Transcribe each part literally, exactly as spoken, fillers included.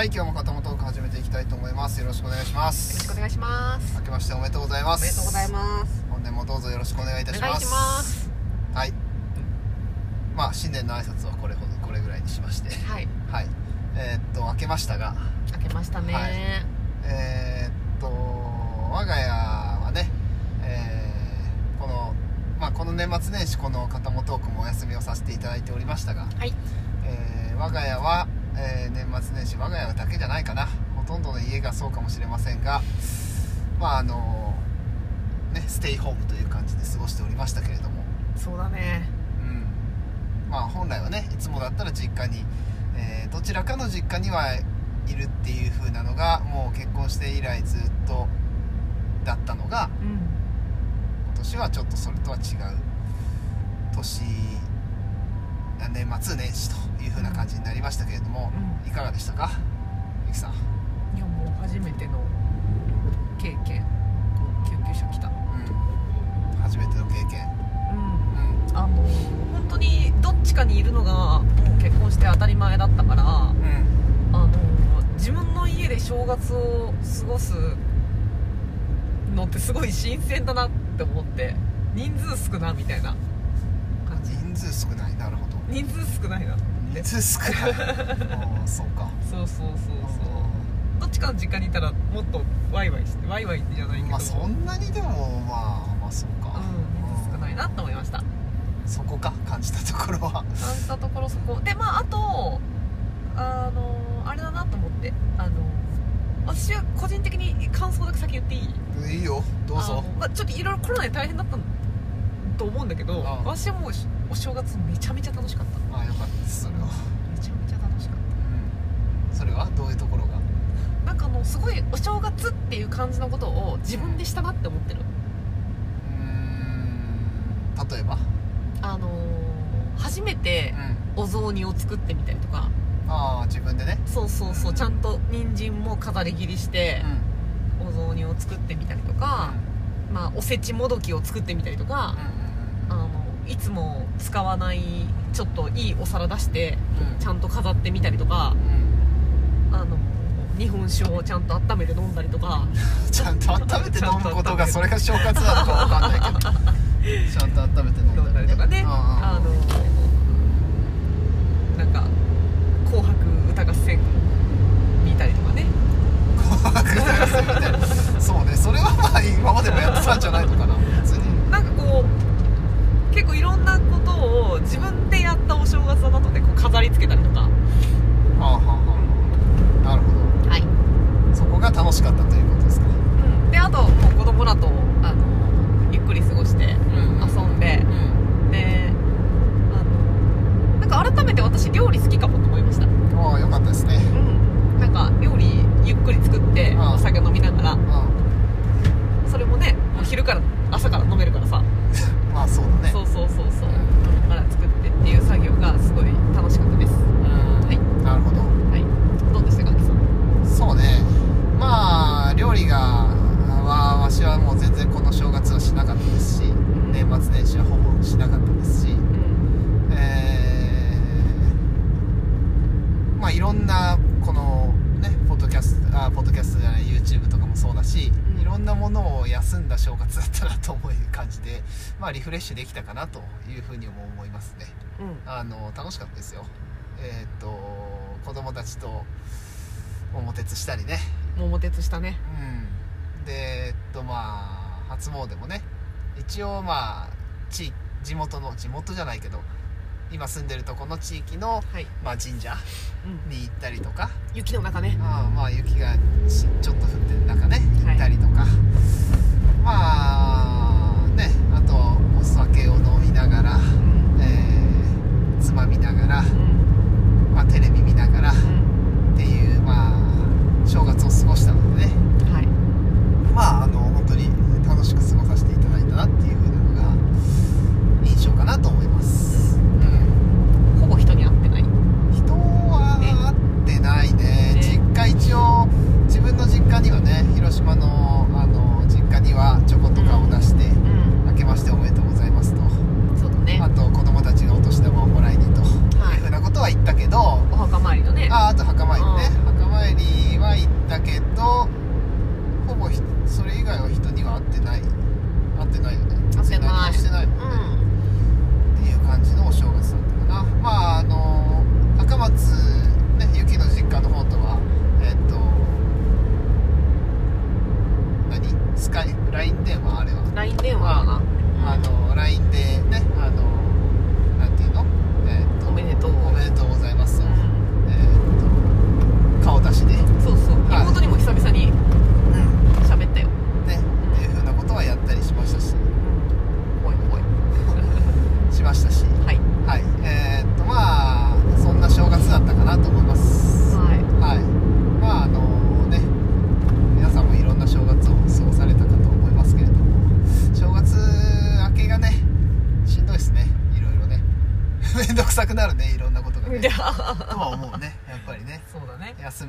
はい、今日も肩もトーク始めていきたいと思います。よろしくお願いします。 よろしくお願いします。 明けましておめでとうございます。 おめでとうございます。 本年もどうぞよろしくお願いいたします。 お願いします。 はい、まあ新年の挨拶はこれほどこれぐらいにしまして、 はいはい、えー、っと明けましたが明けましたね、 はい、えー、っと我が家はね、えー、このまあこの年末年始この肩もトークもお休みをさせていただいておりましたが、 はい、 えー、我が家は、えー、年末年始我が家だけじゃないかな、ほとんどの家がそうかもしれませんが、まああのねステイホームという感じで過ごしておりましたけれども、 そうだね、 うん、まあ本来はねいつもだったら実家に、えー、どちらかの実家にはいるっていう風なのがもう結婚して以来ずっとだったのが、 うん、 今年はちょっとそれとは違う年年末年始という風な感じになりましたけれども、うん、いかがでしたか、ゆきさん。 いやもう初めての経験、救急車来た、うん、 初めての経験、 うんうん、あの本当にどっちかにいるのがもう結婚して当たり前だったから、うん、あの自分の家で正月を過ごすのってすごい新鮮だなって思って、人数少なみたいな感じ。 人数少ない、なるほど、 人数少ないなって。 人数少ないあそうか、 そうそうそうそう、どっちかの実家にいたらもっとワイワイして、ワイワイってじゃないけど、 まあそんなにでもまあまあそうか、 うん、人数少ないなと思いました。 そこか、感じたところは感じたところそこで、まああとあのあれだなと思って、あの私は個人的に感想だけ先言っていい？ いいよ、どうぞ。 まあ、ちょっといろいろコロナで大変だったと思うんだけど、ああ私はもうお正月めちゃめちゃ楽しかった。 ああよかったです、それは。 めちゃめちゃ楽しかった、 うん、それはどういうところが？ なんかあのすごいお正月っていう感じのことを自分でしたなって思ってる。 うーん、例えばあのー、初めてお雑煮を作ってみたりとか、 うん、ああ自分でね、 そうそうそう、うん、ちゃんと人参も飾り切りして、うん、お雑煮を作ってみたりとか、うん、まあおせちもどきを作ってみたりとか、うん、あのいつも使わないちょっといいお皿出して、うん、ちゃんと飾ってみたりとか、うん、あの日本酒をちゃんと温めて飲んだりとかちゃんと温めて飲むことがそれが正月なのか分かんないけどちゃんと温めて飲んだり、ね、 飲んだりとかね、あのなんか紅白歌合戦見たりとかね、 紅白歌合戦見たりそうね、それはまあ今までもやってたんじゃないのかな、別に。 なんかこう結構いろんなことを自分でやったお正月だなとでこう飾り付けたりとか、はあはあはあ、なるほど、はい、そこが楽しかったということですか。 うん、であともう子供らとあのゆっくり過ごして遊んで、うんうん、であのなんか改めて私料理好きかもと思いました。 ああよかったですね、 うん、なんか料理ゆっくり作ってお酒飲みながら、それもねもう昼から朝から飲めるからさまあそうだね、 そうそうそうそう、飲みながら作ってっていう作業がすごい楽しかったです。はい、 なるほど、 はい、どうでしたか、きさん。 そうね、まあ料理がはわしはもう全然この正月はしなかったですし、年末年始はほぼしなかったですし、うん、えー、まあいろんなこのねポッドキャストあポッドキャストじゃない YouTube とかもそうだし、うん、いろんなものを休んだ正月だったなと思う感じで、まあリフレッシュできたかなというふうにも思いますね。うん、あの楽しかったですよ。えー、っと子供たちと桃鉄したりね。 桃鉄したね。 うん。でえっとまあ初詣もね、一応まあ地地元の地元じゃないけど今住んでるとこの地域の、はい、まあ神社に行ったりとか、 うん、雪の中ね、 あまあ雪がちょっと降ってる中ね行ったりとか、はい、まあね、あとお酒を飲みながら、うん、えー、つまみながら、うん、まあテレビ見ながら、うん、っていうまあ正月を過ごしたのでね、はい、まああの本当に楽しく過ごさせていただいたなっていう風なのが印象かなと思います。うん、 ほぼ人に会ってない。 人は会ってないね。ね、実家一応自分の実家にはね、広島のあの実家にはチョコとかを出して、うん、明けましておめでとうございますと。そうだね。あと子供たちがお年玉をもらいにと、はい、いう風なことは言ったけど、 お墓参りのね。 ああと墓参りね。墓参り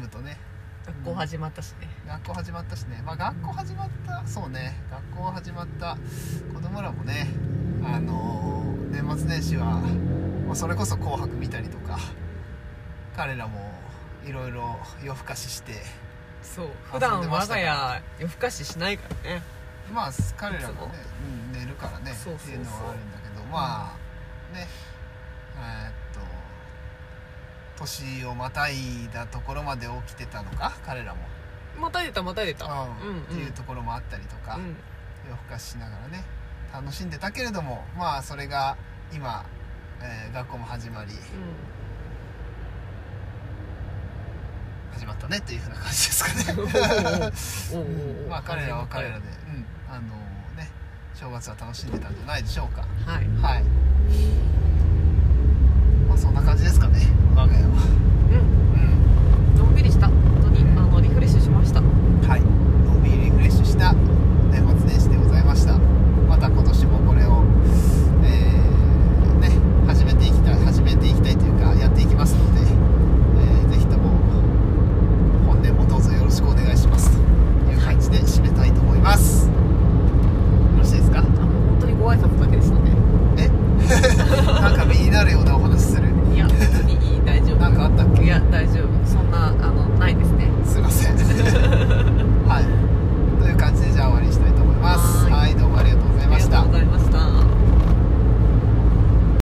むとね、 学校始まったしね、 学校始まったしね、まあ学校始まったそうね学校始まった子供らもね、あのー、年末年始は、まあ、それこそ紅白見たりとか、彼らもいろいろ夜更かしして、 そう普段我が家夜更かししないからね。 まあ彼らもね、うん、寝るからね、そうそうそうっていうのはあるんだけど、まあねえー、っと年をまたいだところまで起きてたのか、彼らもまたいでたまたいでた、うんうん、 っていうところもあったりとか、うん、夜更かししながらね楽しんでたけれども、まあそれが今、えー、学校も始まり、うん、始まったねっていう風な感じですかねうん、まあ彼らは彼らで、うん、あのね正月は楽しんでたんじゃないでしょうか。 はい、 はい、まあそんな感じですかね、我が家は。 うん、うん、のんびりした、本当に、うん、あのリフレッシュしました。 はい、のんびりリフレッシュした年末年始でございました。また今年もこれを、えー、ね始めていきたい始めていきたいというかやっていきますので、えー、ぜひとも本年もどうぞよろしくお願いしますという感じで締めたいと思います。よろしいですか？ あ、もう本当にご挨拶だけですので。 えなんか身になるようなお話する？ いや、本当にいい、大丈夫。 なんかあったっけ？ いや、大丈夫、そんなあのないですね。 すいません